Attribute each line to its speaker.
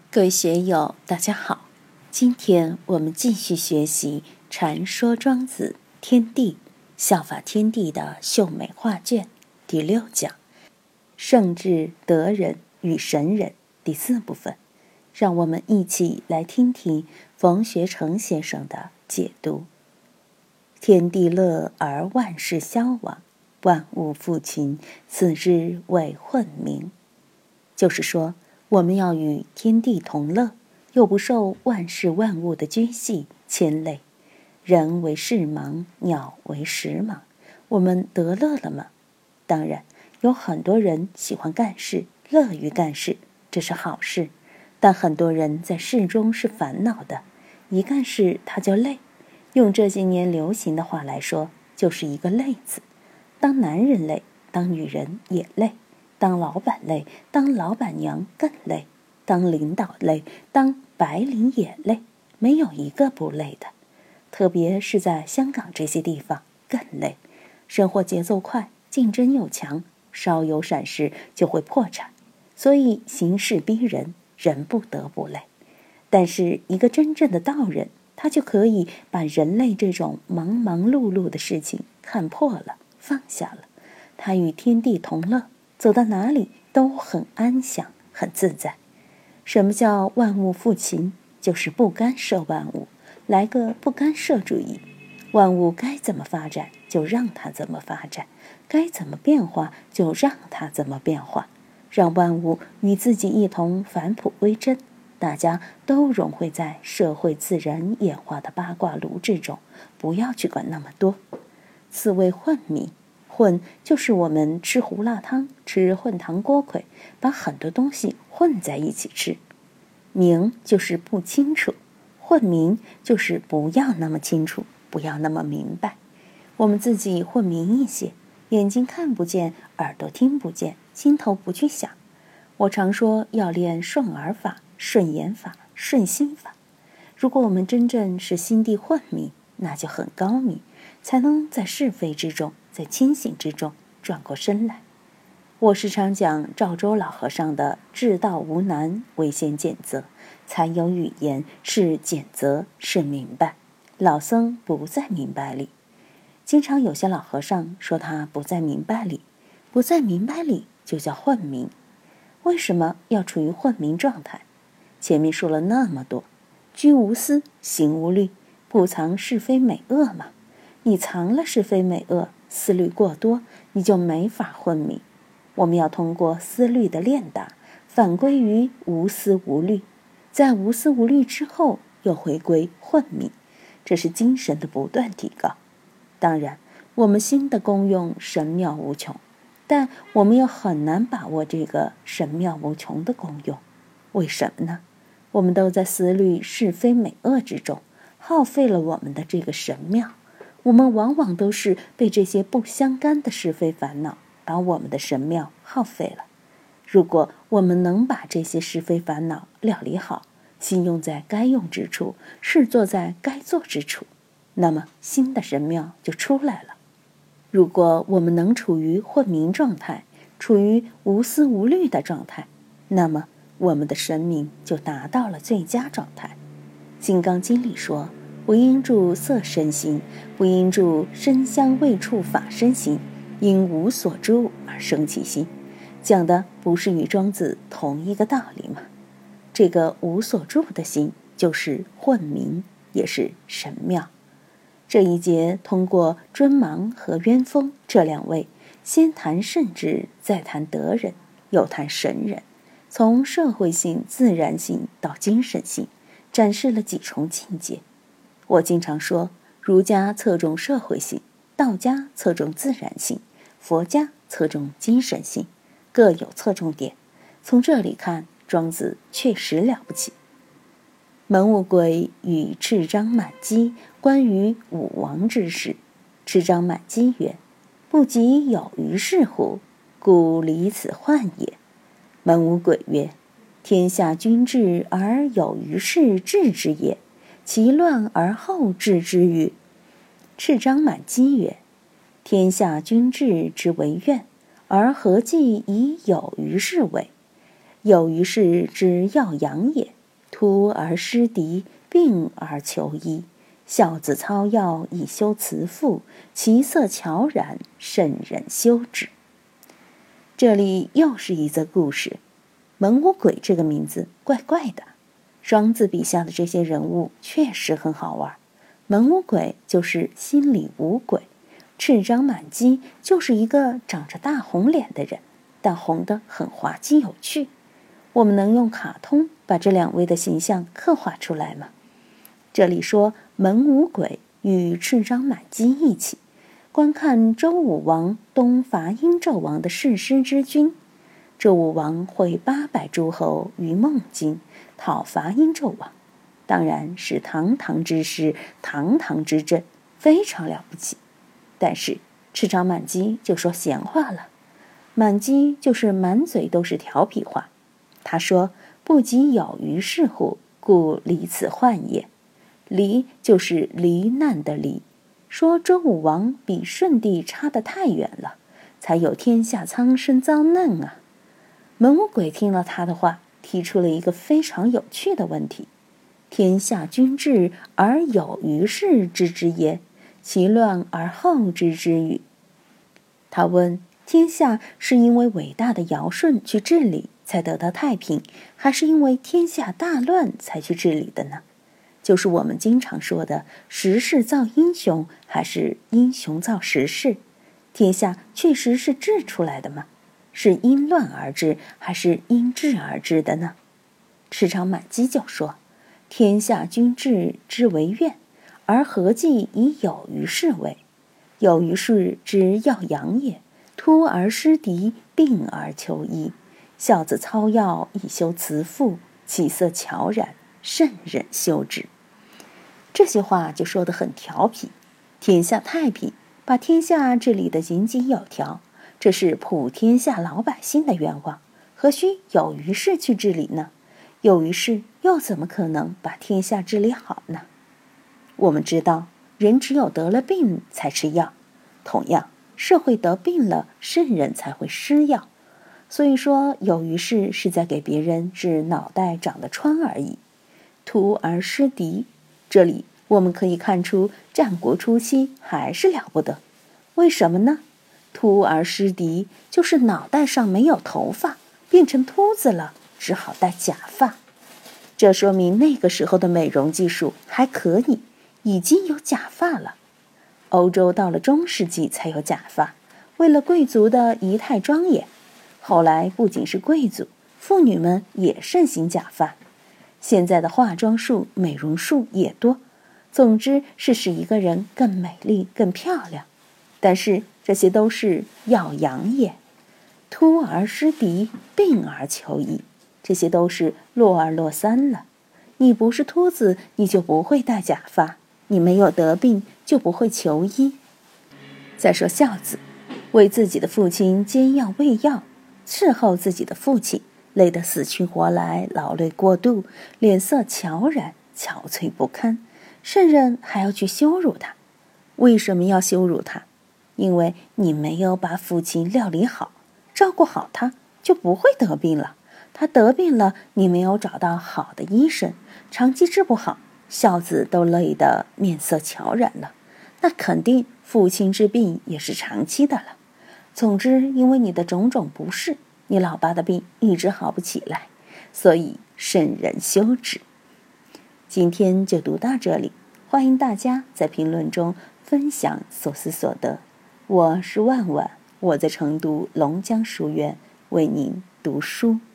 Speaker 1: 各位学友，大家好。今天我们继续学习《禅说庄子天地效法天地的秀美画卷》第6讲“圣智德人与神人”第4部分。让我们一起来听听冯学成先生的解读。天地乐而万事消亡，万物复群，此之谓混明。就是说，我们要与天地同乐，又不受万事万物的拘系牵累。人为事忙，鸟为食忙，我们得乐了吗？当然，有很多人喜欢干事，乐于干事，这是好事。但很多人在事中是烦恼的，一干事他就累。用这些年流行的话来说，就是一个累字。当男人累，当女人也累。当老板累，当老板娘更累，当领导累，当白领也累，没有一个不累的。特别是在香港这些地方更累，生活节奏快，竞争又强，稍有闪失就会破产，所以形势逼人，人不得不累。但是一个真正的道人，他就可以把人类这种忙忙碌碌的事情看破了，放下了，他与天地同乐，走到哪里都很安详，很自在。什么叫万物复群？就是不干涉万物，来个不干涉主义。万物该怎么发展，就让它怎么发展；该怎么变化，就让它怎么变化。让万物与自己一同返璞归真，大家都融汇在社会自然演化的八卦炉之中，不要去管那么多。此谓混迷。混就是我们吃胡辣汤，吃混汤锅盔，把很多东西混在一起吃。明就是不清楚，混明就是不要那么清楚，不要那么明白。我们自己混明一些，眼睛看不见，耳朵听不见，心头不去想。我常说要练顺耳法、顺眼法、顺心法。如果我们真正是心地混明，那就很高明，才能在是非之中，在清醒之中转过身来。我时常讲赵州老和尚的至道无难，唯先简则，才有语言，是简则，是明白。老僧不在明白里。经常有些老和尚说他不在明白里，不在明白里就叫混明。为什么要处于混明状态？前面说了那么多，居无私，行无虑，不藏是非美恶嘛。你藏了是非美恶，思虑过多，你就没法混明。我们要通过思虑的练达，返归于无思无虑，在无思无虑之后，又回归混明，这是精神的不断提高。当然，我们心的功用神妙无穷，但我们又很难把握这个神妙无穷的功用。为什么呢？我们都在思虑是非美恶之中，耗费了我们的这个神妙。我们往往都是被这些不相干的是非烦恼把我们的神妙耗费了。如果我们能把这些是非烦恼料理好，心用在该用之处，事做在该做之处，那么心的神妙就出来了。如果我们能处于混明状态，处于无思无虑的状态，那么我们的神明就达到了最佳状态。金刚经里说，不应住色身心，不应住声香味触法身心，因无所住而生其心。讲的不是与庄子同一个道理吗？这个无所住的心就是混明，也是神妙。这一节通过尊盲和渊风这2位，先谈圣智，再谈德人，又谈神人，从社会性、自然性到精神性，展示了几重境界。我经常说，儒家侧重社会性，道家侧重自然性，佛家侧重精神性，各有侧重点。从这里看，庄子确实了不起。门无鬼与赤章满机关于武王之事。赤章满机曰：不及有于是乎？故离此患也。门无鬼曰：天下君治而有于是治之也，其乱而后治之与？赤章满机曰：天下君治之为怨，而何计以有于是为？有于是之要养也， 突而失敌，病而求医。孝子操药以修慈父，其色悄然，甚忍修止。这里又是一则故事。蒙无鬼这个名字怪怪的，庄子笔下的这些人物确实很好玩。蒙无鬼就是心里无鬼，赤张满鸡就是一个长着大红脸的人，但红得很滑稽有趣。我们能用卡通把这两位的形象刻画出来吗？这里说蒙无鬼与赤张满鸡一起观看周武王东伐殷纣王的誓师之君。周武王会800诸侯于孟津，讨伐殷纣王，当然是堂堂之师，堂堂之政，非常了不起。但是赤张满鸡就说闲话了。满鸡就是满嘴都是调皮话。他说：“不及有于是乎，故离此患也。”离就是离难的离，说周武王比舜帝差得太远了，才有天下苍生遭难啊。蒙无鬼听了他的话，提出了一个非常有趣的问题：天下均治而有于是知之耶？其乱而后知之与？他问：天下是因为伟大的尧舜去治理才得到太平，还是因为天下大乱才去治理的呢？就是我们经常说的时势造英雄，还是英雄造时势？天下确实是治出来的吗？是因乱而治，还是因治而治的呢？赤张满鸡就说：天下均治之为怨，而何计以有于是为？有于是之要养也，突而失敌，病而求医。孝子操药以修慈父，其色悄然，甚忍修止。这些话就说得很调皮。天下太平，把天下治理得井井有条，这是普天下老百姓的愿望，何须有于是去治理呢？有于是又怎么可能把天下治理好呢？我们知道，人只有得了病才吃药，同样，社会得病了，圣人才会施药。所以说，有于是是在给别人治脑袋长的疮而已。突而失敌，这里我们可以看出战国初期还是了不得。为什么呢？突而失敌就是脑袋上没有头发，变成秃子了，只好戴假发。这说明那个时候的美容技术还可以，已经有假发了。欧洲到了中世纪才有假发，为了贵族的仪态庄严。后来不仅是贵族，妇女们也盛行假发。现在的化妆术、美容术也多，总之是使一个人更美丽、更漂亮。但是这些都是要养也。突而失敌，病而求医，这些都是落二落三了。你不是秃子，你就不会戴假发；你没有得病，就不会求医。再说孝子，为自己的父亲煎药喂药，伺候自己的父亲，累得死去活来，劳累过度，脸色悄然，憔悴不堪，圣人还要去羞辱他。为什么要羞辱他？因为你没有把父亲料理好，照顾好他，就不会得病了。他得病了，你没有找到好的医生，长期治不好，孝子都累得面色悄然了，那肯定父亲之病也是长期的了。总之，因为你的种种不适，你老爸的病一直好不起来，所以圣人修止。今天就读到这里，欢迎大家在评论中分享所思所得。我是万万，我在成都龙江书院为您读书。